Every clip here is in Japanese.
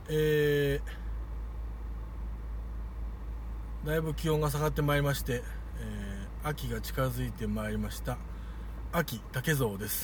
だいぶ気温が下がってまいりまして、秋が近づいてまいりました。秋竹蔵です。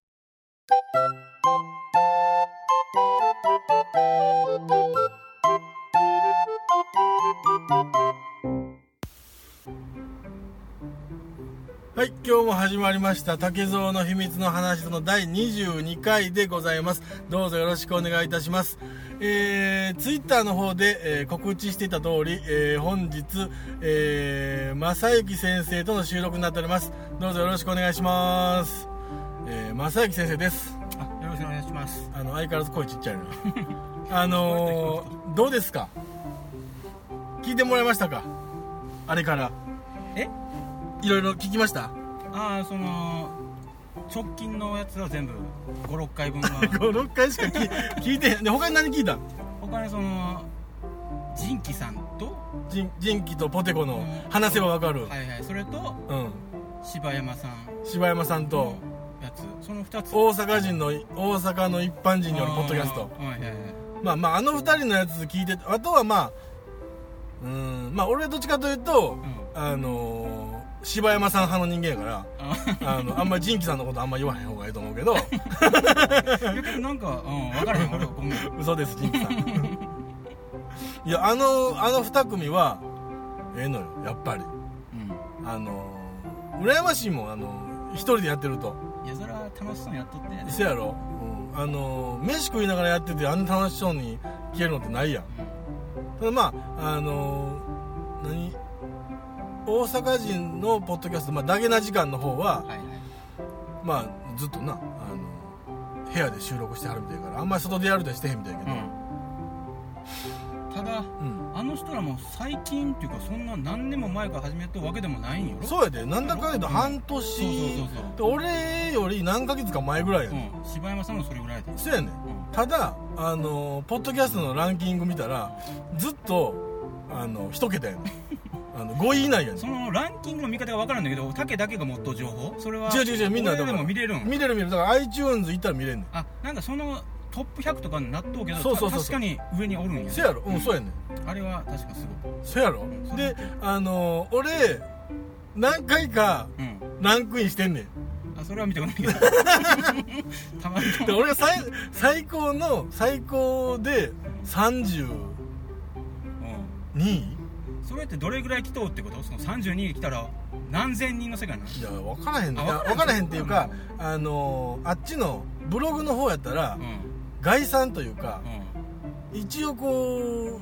はい、今日も始まりました竹蔵の秘密の話の第22回でございます。どうぞよろしくお願いいたします。ツイッターの方で、告知していた通り、本日、正幸先生との収録になっております。どうぞよろしくお願いします。正幸先生です。 よろしくお願いします。 相変わらず声ちっちゃいのどうですか、聞いてもらいましたか、あれからいろいろ聞きました。 その直近のやつは全部 5,6 回分は 5,6 回しか聞いてで他に何聞いた？ 他にそのジンキさんとジンキとポテコの話せばわかる、 はいはい、それと、柴山さんとやつ、その2つ、 大阪の一般人によるポッドキャスト、まああの2人のやつ聞いて、あとはまあ俺はどっちかというと、柴山さん派の人間やからあんまりジンキさんのことあんまり言わへん方がいいと思うけどなんか、分からへん俺ごめん嘘です、ジンキさんいやあの2組はええのよやっぱり、羨ましいもん、一人でやってると。 いやそれは楽しそうにやっとってやで。 そうやろ、飯食いながらやっててあんな楽しそうに聞けるのってないやん、ただまあ大阪人のポッドキャスト、ダゲな時間の方は、まあずっとな部屋で収録してはるみたいからあんまり外でやるとしてへんみたいやけど、 ただ、あの人らも最近っていうかそんな何年も前から始めたわけでもないんよ。 そうやで、なんだかんだ半年、俺より何ヶ月か前ぐらいやね、 柴山さんもそれぐらいで。 そうやね、ただポッドキャストのランキング見たらずっと一桁やね5位以内やね。 そのランキングの見方が分からんだけど、竹だけがもっと情報、それは違うみんなでも見れるん？ 見れるだから iTunes 行ったら見れんねん。 なんかそのトップ100とかになっとうけど、 そう確かに上におるんや、ね、 そうやろ、そうやねん、 あれは確かすごいそうやろ、で俺何回かランクインしてんねん、 それは見てこないけどたまにで俺が最高で32位、 それってどれぐらい来とうってこと？その32位来たら何千人の世界なの？ いや分からへんねん、分からへんっていうか、あっちのブログの方やったら、概算というか、一応こ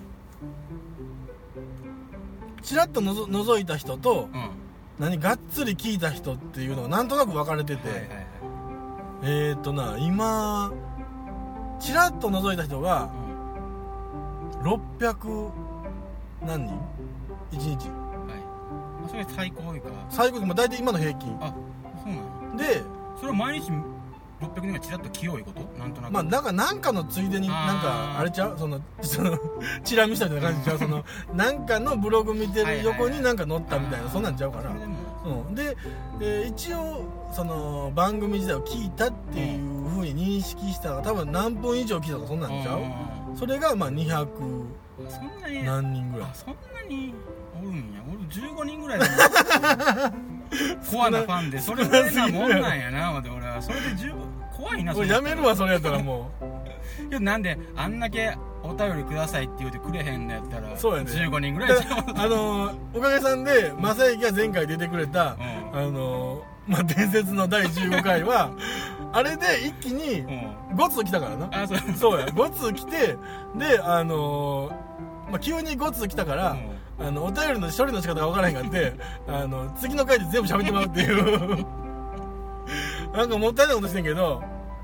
うちらっと覗いた人と、がっつり聞いた人っていうのがなんとなく分かれてて、今ちらっと覗いた人が600何人1日、 それ最高いうか最高で大体今の平均。 そうなので、 それは毎日600人がちらっと清いことなんとなく、 なんかのついでになんかあれちゃう、そのチラ見したみたいな感じちゃう、そのなんかのブログ見てる横になんか載ったみたいな、そんなんちゃうから。で、一応その番組自体を聞いたっていう風に認識したら多分何分以上聞いたとかそんなんちゃう。それが200何人ぐらい。 そんなにおるんや。俺15人ぐらいだコアなファンでそれぐらいなもんなんやな。俺はそれで十分怖いな。 俺やめるわ、それやったらもうなんであんだけお便りくださいって言うてくれへんのやったら、 そうやね、 15人ぐらいちゃうおかげさんで正幸が前回出てくれた、伝説の第15回はあれで一気に5通来たからな。そうや、5通来て、で急に5通来たから、お便りの処理の仕方が分からへんかって次の回で全部喋ってもらうっていうなんかもったいないことしてんけど、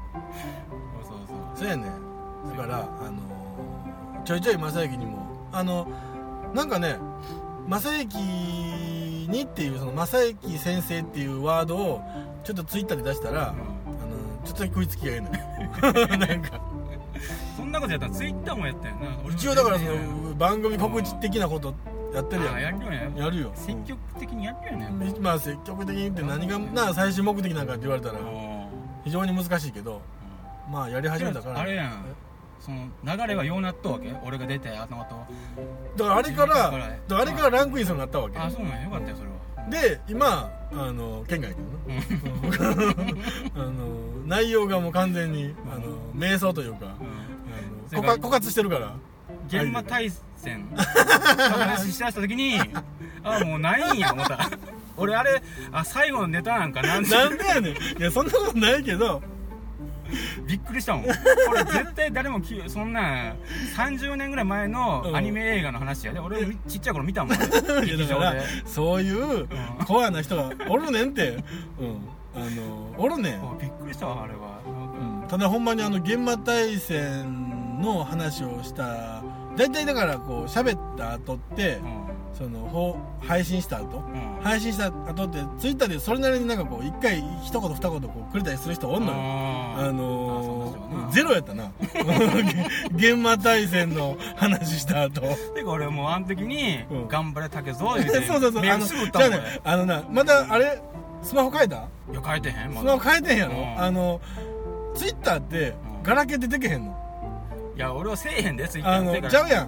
そうやね。だからちょいちょい正幸にもなんかね、正幸にっていう、その正幸先生っていうワードをちょっとツイッターで出したら、ちょっとだけ食いつきがええねなんかそんなことやったらツイッターもやったよな。 一応だからその番組告知的なことやってるやん。やるよ。 積極的にやってるよね。 積極的にって何が最終目的なんかって言われたら非常に難しいけど、やり始めたから。 あれやん、 その流れはようなっとわけ？俺が出てあの後だからあれからランクインになったわけ。 あ、そうなんや、よかったよそれは。 で今県外やけどな内容がもう完全に瞑想というか、枯渇してるから。 現場対戦の話しだした時にもうないんや思った俺あれ最後のネタなんかなんでやねん。いやそんなことないけどびっくりしたもん。これ絶対誰もそんな30年ぐらい前のアニメ映画の話やで。俺ちっちゃい頃見たもん。 いやだからそういうコアな人がおるねんって、おるねん。 びっくりしたわあれは。 ただほんまに現場対戦の話をした大体だからこう喋った後って、その配信した後ってツイッターでそれなりになんかこう一回一言二言こうくれたりする人おんのよ。ゼロやったな現場対戦の話した後てか俺もうあの時に頑張れ竹蔵言うてそうメールすぐ打ったもんね。 まだあれスマホ変えた？ いや変えてへん。 スマホ変えてへんやろ。ツイッターってガラケー出てけへんの？ いや俺はせえへんでツイッターちゃうやん。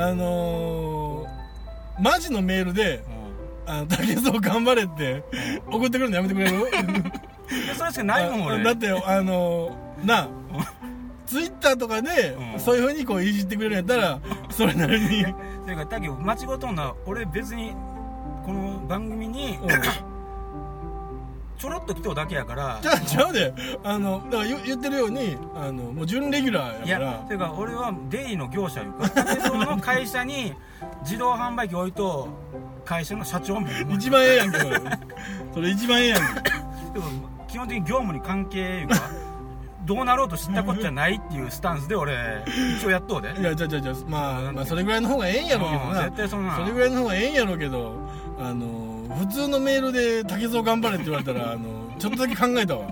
マジのメールで竹蔵頑張れって送ってくるのやめてくれる？ それしかないもん俺。 だってツイッターとかでそういう風にこういじってくれるんやったらそれなりに。 ていうかだけど間違うとんな。俺別にこの番組にちょろっと来とうだけやから。 ちゃうでだから言ってるようにもう準レギュラーやから。 いやていうか俺はデイの業者いうか竹蔵の会社に自動販売機置いと会社の社長も一番ええやんけそれ一番ええやんけ。 でも基本的に業務に関係いうかどうなろうと知ったことじゃないっていうスタンスで俺一応やっとうで。 いやじゃまあそれぐらいの方がええんやろうけどな。 絶対そんなそれぐらいの方がええんやろうけど普通のメールで竹蔵頑張れって言われたらちょっとだけ考えたわ。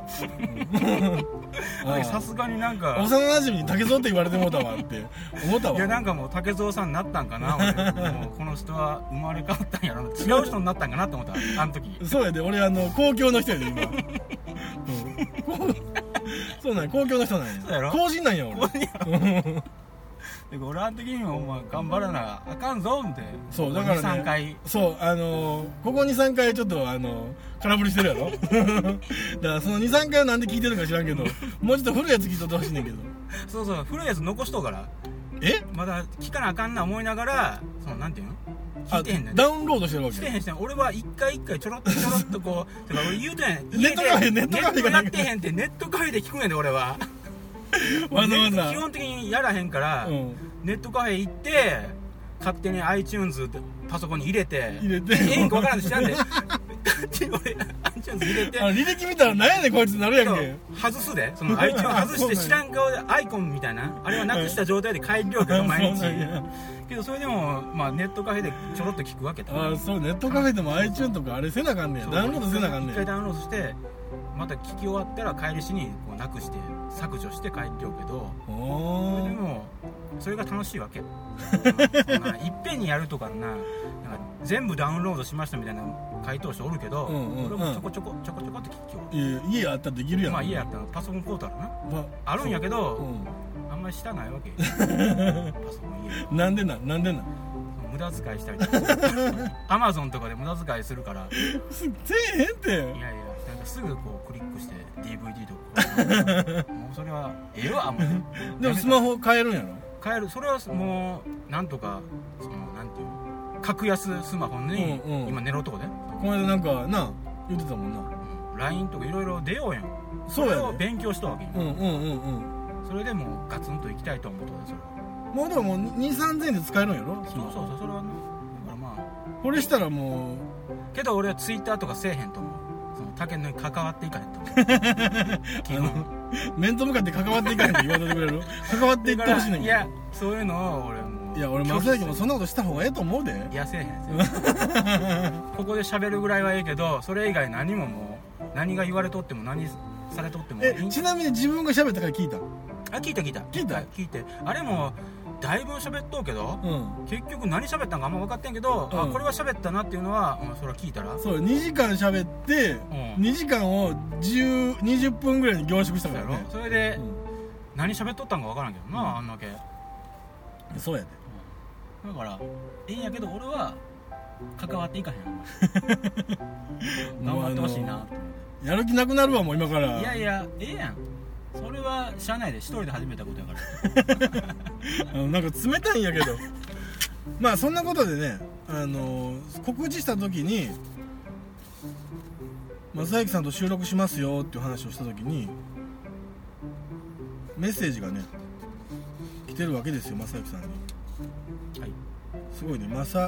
さすがになんか幼馴染に竹蔵って言われてもうたわって思ったわ。 いやなんかもう竹蔵さんになったんかな俺。もうこの人は生まれ変わったんやろな、違う人になったんかなって思ったあの時。 そうやで俺公共の人やで今そうなんや、公共の人なんや。 そうやろ、 公人なんや俺。 俺あの時にもお前頑張らなあかんぞって。 そうだからね、 2、3回そうここ 2,3 回ちょっと空振りしてるやろだからその 2,3 回をなんで聞いてるか知らんけどもうちょっと古いやつ聞いとってほしいねんけど。 そうそう古いやつ残しとうからまだ聞かなあかんな思いながらなんていうの聞いてへんねん。 ダウンロードしてるわけしてへんしてん。俺は一回一回ちょろっとこうてか俺言うてんネットカフェネットやってへんってネットカフェで聞くんやで俺はわざわざ基本的にやらへんから、ネットカフェ行って勝手に iTunes パソコンに入れてええんか分からんで知らんで俺 iTunes 入れて履歴見たら何やねんこいつなるやんけ。 外すでその iTunes 外して知らん顔でアイコンみたいなあれはなくした状態で帰りようけど毎日けどそれでもネットカフェでちょろっと聞くわけだ。 そうネットカフェでも iTunes とかあれせなあかんねん。ダウンロードせなあかんねん。 一回ダウンロードしてまた聞き終わったら帰りしにこうなくして削除して帰っておくけど、でもそれが楽しいわけいっぺんにやるとかなんか全部ダウンロードしましたみたいな回答者おるけど、俺もちょこちょこって聞きよう。 家あったらできるやん。 まあ家あったらパソコン買うたらな、あるんやけど、あんまりしたないわけパソコン家なんでな無駄遣いしたりとかAmazon とかで無駄遣いするからせえへんって。いやなんかすぐこうクリックして DVD とかもうそれはええわもうでもスマホ変えるんやろ。 変える。それはもうなんとかなんていう格安スマホに今寝ろとこでこの間なんかな言ってたもんな、 LINE とかいろいろ出ようやん。 そうやでそれを勉強したわけ今。それでもうガツンと行きたいと思うとそれはもうでも 2,3 千円で使えるんやろ。 そうそれはね。だからまあこれしたらもうけど俺はツイッターとかせえへんと思う。その竹野に関わっていかへんと思う面と向かって関わっていかへんって言われてくれる関わっていってほしいねん。 いやそういうのを俺もいや俺正行もそんなことした方がええと思うで。 いやせえへんここで喋るぐらいはええけどそれ以外何ももう何が言われとっても何されとってもちなみに自分が喋ったから聞いた？ 聞いてあれもだいぶ喋っとうけど、結局何喋ったんかあんま分かってんけど、これは喋ったなっていうのは、それは聞いたらそう2時間喋って、2時間を20分ぐらいに凝縮したからね。 それで、 何喋っとったんか分からんけどな、あんだけ。 そうやで、 だからいいんやけど俺は関わっていかへん頑張ってほしいなってやる気なくなるわもう今から。 いやいや、ええやん、それはしゃあないで、一人で始めたことやからなんか冷たいんやけどまあそんなことでね、告知した時に正行さんと収録しますよっていう話をした時にメッセージがね来てるわけですよ、正行さんに。 はい、 すごいね、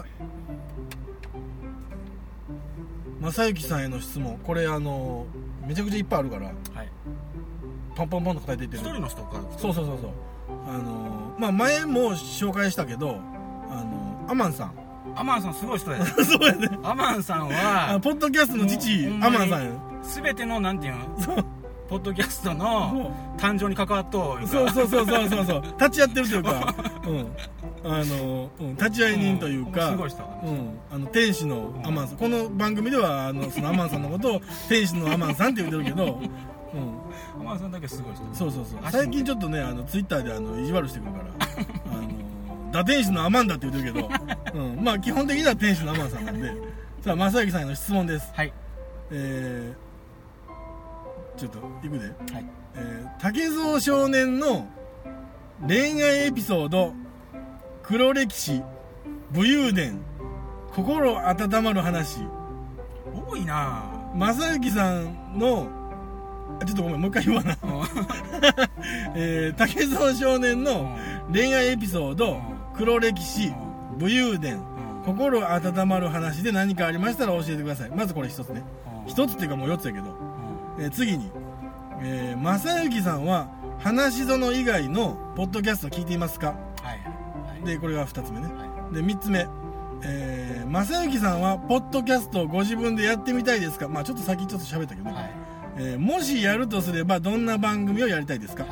正行さんへの質問、これめちゃくちゃいっぱいあるから、はい、ポンポンポンと答えていってる。 一人の人から。 そうまあ前も紹介したけどアマンさんすごい人やねそうやね、 アマンさんはポッドキャストの父アマンさんや。 全てのなんていうの、ポッドキャストの誕生に関わっとう。 そう立ち会ってるというか立ち会い人というか、 すごい人、 天使のアマンさん、この番組ではそのアマンさんのことを天使のアマンさんって言ってるけどアマンさんだけすごい人。 そう最近ちょっとねツイッターで意地悪してくるから打天使のアマンだって言ってるけどまあ基本的には天使のアマンさんなんで。さあ正行さんへの質問です。 はい、 ちょっといくで、 はい、 竹蔵少年の恋愛エピソード、黒歴史、武勇伝、心温まる話、 多いな。 正行さんのちょっとごめんもう一回言わな竹蔵少年の恋愛エピソード、黒歴史、武勇伝、心温まる話で何かありましたら教えてください。まずこれ一つね、一つっていうかもう4つやけど、次に、正行さんは話し園以外のポッドキャスト聞いていますか。はい、でこれが2つ目ね、で3つ目、正行さんはポッドキャストをご自分でやってみたいですか。まあちょっと先ちょっと喋ったけど、もしやるとすればどんな番組をやりたいですか。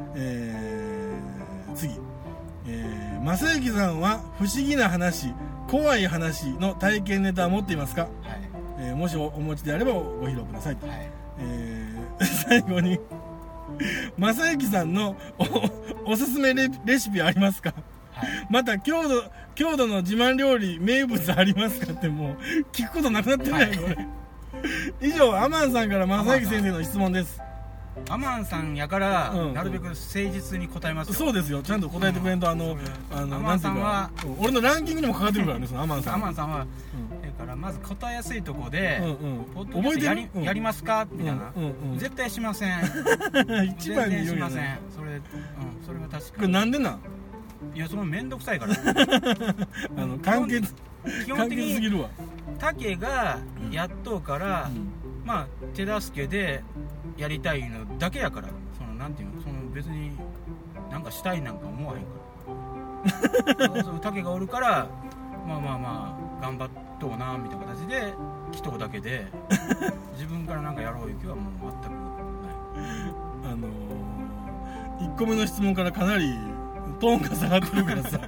次、正行さんは不思議な話、怖い話の体験ネタを持っていますか。もしお持ちであればご披露くださいと。最後に正行さんの おすすめレシピありますか。また郷土の自慢料理名物ありますかって、もう聞くことなくなってるやんこれ以上アマンさんから正行先生の質問です。 アマンさんやから、なるべく誠実に答えますよ。 そうですよ、ちゃんと答えてくれんと、アマンさんは俺のランキングにもかかってるからね、そのアマンさんは。 だからまず答えやすいとこで、ポッドキャストやりますかみたいな、絶対しません一番に言うよね。 しません、それは確かに。 これなんでなん。 いや、そのめんどくさいから簡潔すぎるわ。 竹がやっとうから、まあ手助けでやりたいのだけやから、なんていうの、別になんかしたいなんか思わへんから竹がおるからまあ頑張っとうなみたいな形で来とうだけで自分からなんかやろういう気はもう全くない。1個目の質問からかなりトーンが下がってるからさじゃ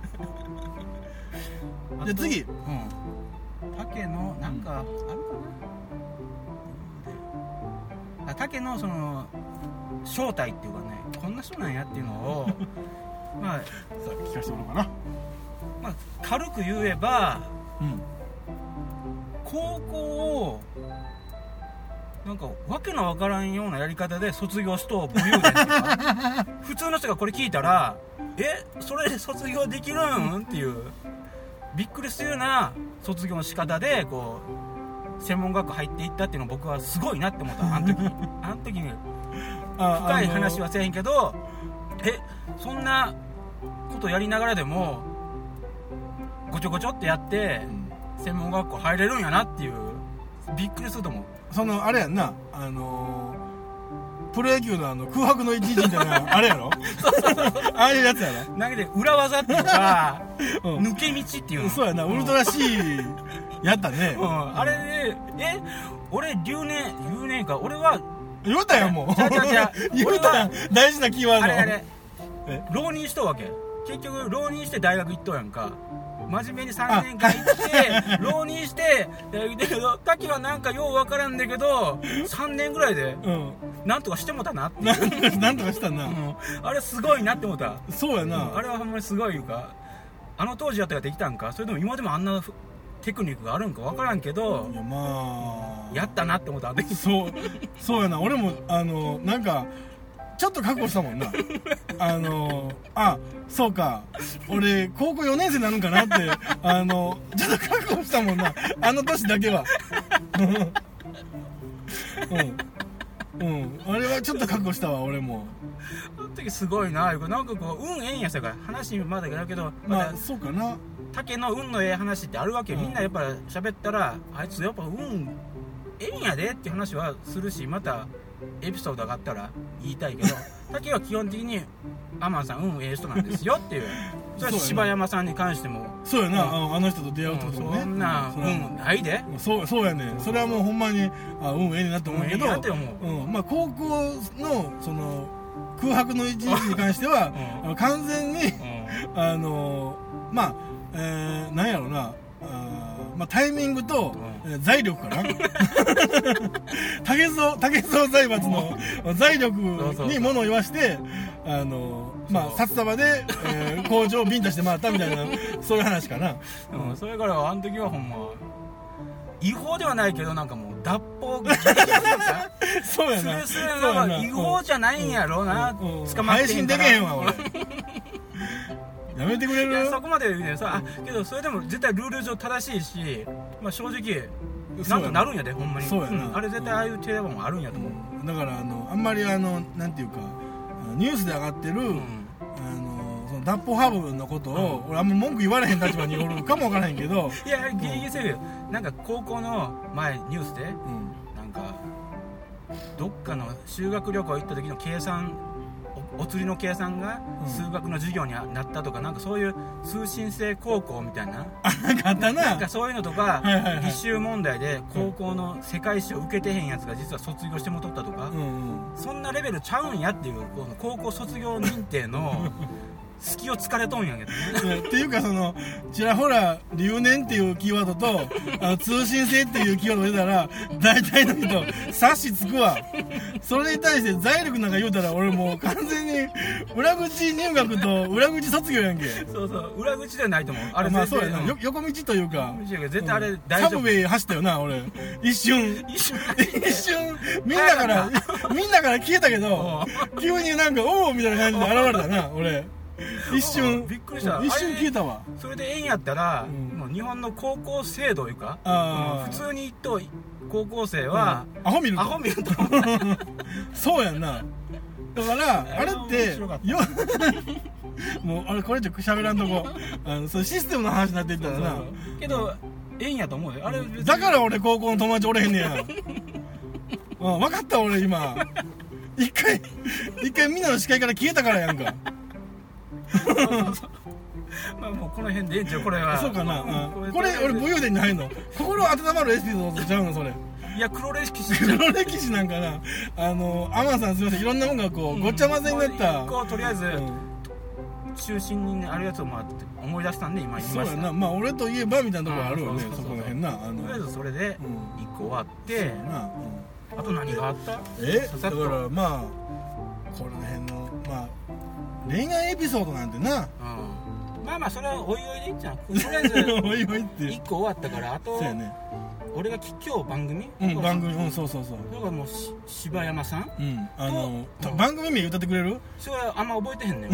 あ次、 竹のなんかあるかな、竹の正体っていうかね、こんな人なんやっていうのをまあさあ聞かせてもらおうかな。 まあ軽く言えば、高校をなんかわけのわからんようなやり方で卒業しと武勇伝とか普通の人がこれ聞いたらそれで卒業できるんっていうびっくりするような卒業の仕方でこう専門学校入っていったっていうのを僕はすごいなって思った。あの時に深い話はせえへんけど、そんなことやりながらでもごちょごちょってやって専門学校入れるんやなっていう、びっくりすると思う。 あれやんな、プロ野球の空白の一日みたいなあれやろああいうやつやろ。 だけで裏技っていうか、抜け道っていうの。 そうやな、ウルトラ C やったね。 あれで俺留年か、俺は言うたよ、もう言うたやん、大事なキーワード。 あれ浪人しとうわけ。結局浪人して大学行っとうやんか。真面目に3年間行って浪人して大学行ったけど、滝はなんかようわからんだけど3年ぐらいでなんとかしてもたなっていう。 なんとかしたな、 あれすごいなって思った。 そうやな、 あれはほんまにすごいいうか、あの当時やったらできたんか、それとも今でもあんなテクニックがあるんか分からんけど、 いやまあやったなって思った。 そうやな、俺もなんかちょっと覚悟したもんなそうか、俺高校4年生になるんかなってちょっと覚悟したもんな、あの年だけはあれはちょっと覚悟したわ、俺も。 あの時すごいな、なんかこうええんやさから話まだだけど、 まあそうかな、 竹ののええ話ってあるわけ、みんなやっぱ喋ったらあいつやっぱええんやでって話はするし、またエピソードがあったら言いたいけど竹は基本的にアマンさんええ人なんですよっていうそれは柴山さんに関してもそうやな、あの人と出会うってことね、 そんなないで、 そうやね、それはもうほんまにええなと思うけど、まあ高校のその空白の一日に関しては完全にまあなんやろうな、まあ、タイミングと、財力かな竹蔵財閥の財力に物を言わしてまあ札束で、工場をビンタして回ったみたいなそういう話かな、 それからあの時はほんま違法ではないけどなんかもう脱法そうやな、 スレなんか違法じゃないんやろうな、捕まってへんから配信できへんわ俺やめてくれる？ いやそこまで言うねんさ、けどそれでも絶対ルール上正しいし、まあ、正直なんとなるんやで、ほんまに。 そうやな、 あれ絶対ああいう定番もあるんやと思う、 だからあんまりなんていうかニュースで上がってる、その脱法ハブのことを、俺あんま文句言われへん立場におるかもわからへんけどいやギリギリセーフよ。なんか高校の前ニュースで、なんかどっかの修学旅行行った時の計算お釣りの計算が数学の授業になったとか、なんかそういう通信制高校みたいな、 なんかあったな、 なんかそういうのとか、履修問題で高校の世界史を受けてへんやつが実は卒業してもとったとか、そんなレベルちゃうんやっていう、この高校卒業認定の隙を突かれとんやけどねっていうかちらほら留年っていうキーワードと通信制っていうキーワードが出たら大体の人察しつくわ。それに対して財力なんか言うたら俺もう完全に裏口入学と裏口卒業やんけ。 そう裏口ではないと思うあれ。 まあそうやな、横道というか絶対あれ大丈夫。 サブウェイ走ったよな俺一瞬みんなから消えたけど急になんかおおみたいな感じで現れたな俺一瞬びっくりした。 一瞬消えたわ。 それでええんやったら、もう日本の高校制度いうか、普通に言っと高校生は、 アホ見るとそうやんな。だからあれってもうあれこれ以上喋らんとこそうシステムの話になっていったらな。 けどええんやと思うよあれ。 だから俺高校の友達おれへんねや分かった俺今一回みんなの視界から消えたからやんかまあもうこの辺でこれはそうかな、これ俺武勇伝に入るの心温まるエピソードちゃうのそれ。 いや黒歴史なんかなアマンさんすみませんいろんなものがこうごっちゃ混ぜになった、 とりあえず、中心にあるやつを思い出したんで今言いました。 そうやな、まあ俺といえばみたいなところあるよね、そこら辺な。 とりあえずそれで1個終わって、あと何があった？ だからまあこの辺のまあ恋愛エピソードなんてな、 まあそれはおいおいでいいんじゃん。とりあえずおいおいって 1個終わったから、あとそうやね、 俺が今日番組そうそうだからもう柴山さん、 番組名言ってくれる？ それはあんま覚えてへんねん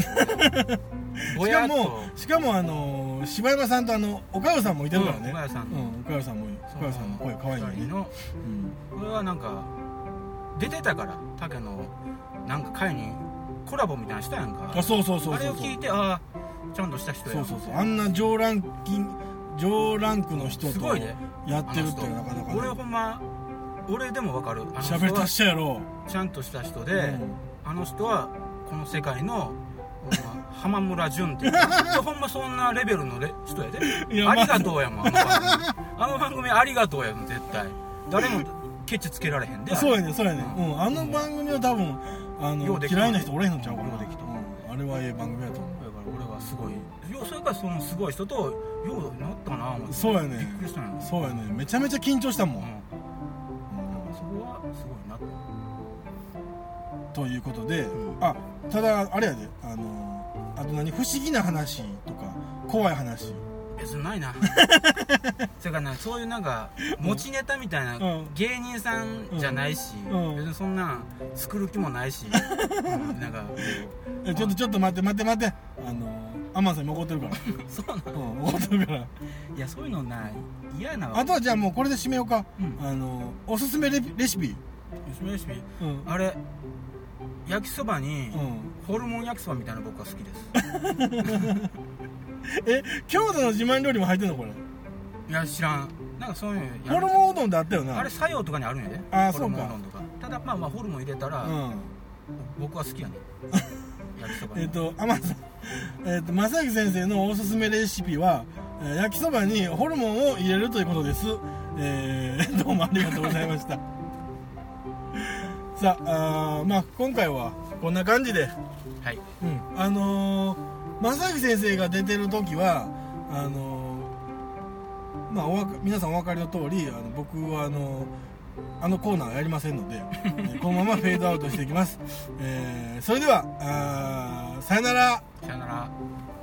しかも柴山さんと岡代さんもいてるからね。 岡代さんの声かわいいね。 これはなんか出てたから竹のなんか会にコラボみたいなしたやんか。 そうあれを聞いてちゃんとした人や。 そうあんな上ランクの人とやってるってなかなかね。 俺ほんま俺でも分かる。 喋り達者やろ。 ちゃんとした人で、あの人はこの世界の浜村淳ってほんまそんなレベルの人やで。ありがとうやもんあの番組ありがとうやもん絶対。誰もケチつけられへんで。そうやねあの番組は多分嫌いな人おれへんのちゃうかな。あれはええ番組やと思う。 だから俺はすごいそれからそのすごい人とようなったな思って。 そうやね、 びっくりしたんや。 そうやね、めちゃめちゃ緊張したもん。 そこはすごいな。 ということで、あ、ただあれやで、あと何、不思議な話とか怖い話それないなそれからな、そういうなんか持ちネタみたいな芸人さんじゃないし、別にそんなん作る気もないしなんかちょっと待ってアマンさんに怒ってるからそうなの、 怒ってるから。 いや、そういうのな、嫌なわ。 あとはじゃあもうこれで締めようか。おすすめレシピ、あれ、焼きそばにホルモン焼きそばみたいな僕は好きです京都の自慢料理も入ってんのこれ？ いや、知らん。なんかそういうホルモンうどんってあったよな。 あれ作用とかにあるんやで。 あ、そうか。 ただまあホルモン入れたら僕は好きやね焼きそば。 アマンさん、正行先生のおすすめレシピは焼きそばにホルモンを入れるということです。どうもありがとうございましたさあ、まあ今回はこんな感じで、 はい、 正行先生が出てる時はまあ皆さんお分かりの通り僕はコーナーやりませんのでこのままフェードアウトしていきます。それではさよなら。 さよなら。